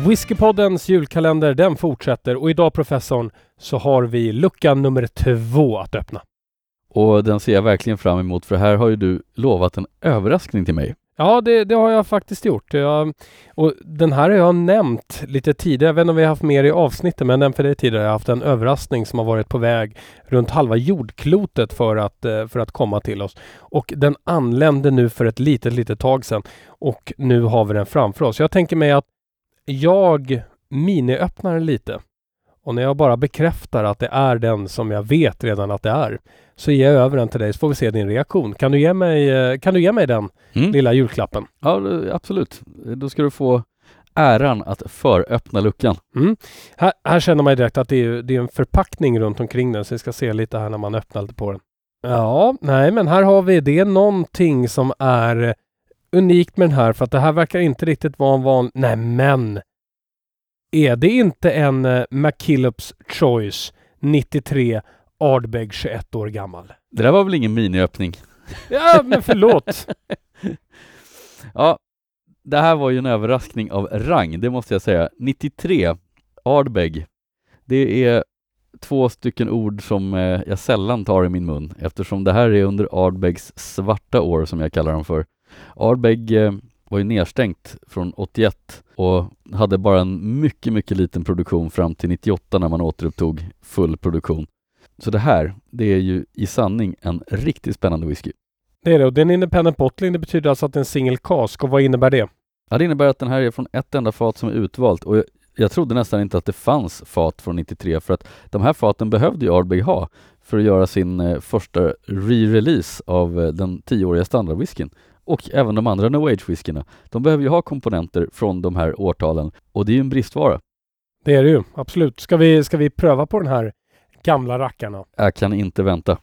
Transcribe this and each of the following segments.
Whiskypoddens julkalender, den fortsätter och idag, professorn, så har vi lucka nummer 2 att öppna. Och den ser jag verkligen fram emot, för här har ju du lovat en överraskning till mig. Ja, det har jag faktiskt gjort. Och den här har jag nämnt lite tidigare. Jag vet inte om vi har haft mer i avsnittet, men den för det tidigare har jag haft en överraskning som har varit på väg runt halva jordklotet för att komma till oss. Och den anlände nu för ett litet tag sedan. Och nu har vi den framför oss. Jag tänker mig att jag miniöppnar lite. Och när jag bara bekräftar att det är den som jag vet redan att det är, så ger jag över den till dig så får vi se din reaktion. Kan du ge mig den lilla julklappen? Ja, absolut. Då ska du få äran att föröppna luckan. Här känner man direkt att det är en förpackning runt omkring den, så vi ska se lite här när man öppnar lite på den. Ja, nej, men här har vi det. Någonting som är unikt med den här, för att det här verkar inte riktigt vara en vanlig... Nej, men... Är det inte en McKillops Choice 93 Ardbeg 21 år gammal? Det där var väl ingen miniöppning? Ja, men förlåt. Ja, det här var ju en överraskning av rang, det måste jag säga. 93 Ardbeg. Det är 2 stycken ord som jag sällan tar i min mun, eftersom det här är under Ardbegs svarta år, som jag kallar dem för. Ardbeg var ju nedstängt från 81 och hade bara en mycket liten produktion fram till 98 när man återupptog full produktion. Så det är ju i sanning en riktigt spännande whisky. Det är det, och det är en independent bottling. Det betyder alltså att det är en single cask. Och vad innebär det? Ja, det innebär att den här är från ett enda fat som är utvalt, och jag trodde nästan inte att det fanns fat från 93, för att de här faten behövde ju Ardbeg ha för att göra sin första re-release av den 10-åriga standardwhiskyn. Och även de andra No Age-whiskyna. De behöver ju ha komponenter från de här årtalen. Och det är ju en bristvara. Det är det ju, absolut. Ska vi pröva på den här gamla rackarna? Jag kan inte vänta.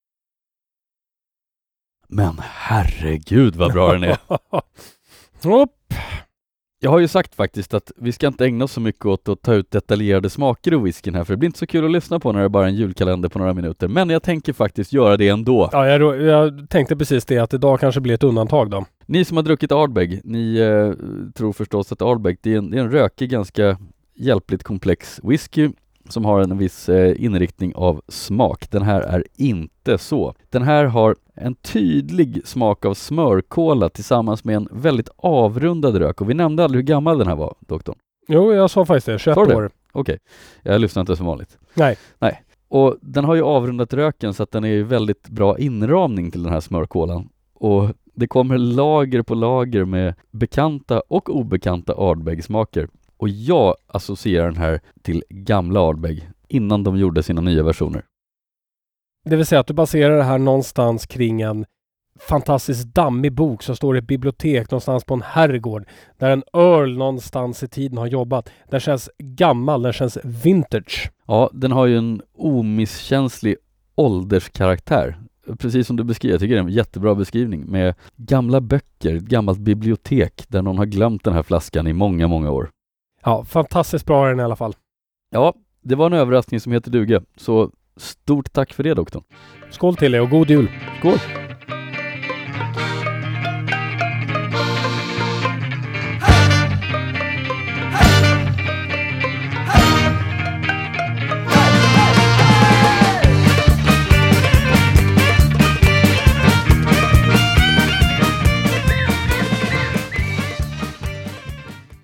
Men herregud vad bra den är. Hopp. Jag har ju sagt faktiskt att vi ska inte ägna oss så mycket åt att ta ut detaljerade smaker ur whiskyn här, för det blir inte så kul att lyssna på när det är bara en julkalender på några minuter. Men jag tänker faktiskt göra det ändå. Ja, jag tänkte precis det, att idag kanske blir ett undantag då. Ni som har druckit Ardbeg, ni tror förstås att Ardbeg det är en rökig, ganska hjälpligt komplex whisky som har en viss inriktning av smak. Den här är inte så. Den här har en tydlig smak av smörkola tillsammans med en väldigt avrundad rök. Och vi nämnde aldrig hur gammal den här var, doktorn. Jo, jag sa faktiskt det. 21 år. Okej. Jag lyssnar inte som vanligt. Nej. Och den har ju avrundat röken så att den är ju väldigt bra inramning till den här smörkolan. Och det kommer lager på lager med bekanta och obekanta Ardbeg-smaker. Och jag associerar den här till gamla Ardbeg innan de gjorde sina nya versioner. Det vill säga att du baserar det här någonstans kring en fantastiskt dammig bok som står i ett bibliotek någonstans på en herrgård där en earl någonstans i tiden har jobbat. Den känns gammal, den känns vintage. Ja, den har ju en omisskänslig ålderskaraktär. Precis som du beskriver, jag tycker det är en jättebra beskrivning med gamla böcker, ett gammalt bibliotek där någon har glömt den här flaskan i många år. Ja, fantastiskt bra är den i alla fall. Ja, det var en överraskning som heter duga. Så stort tack för det, doktorn. Skål till er och god jul. Skål!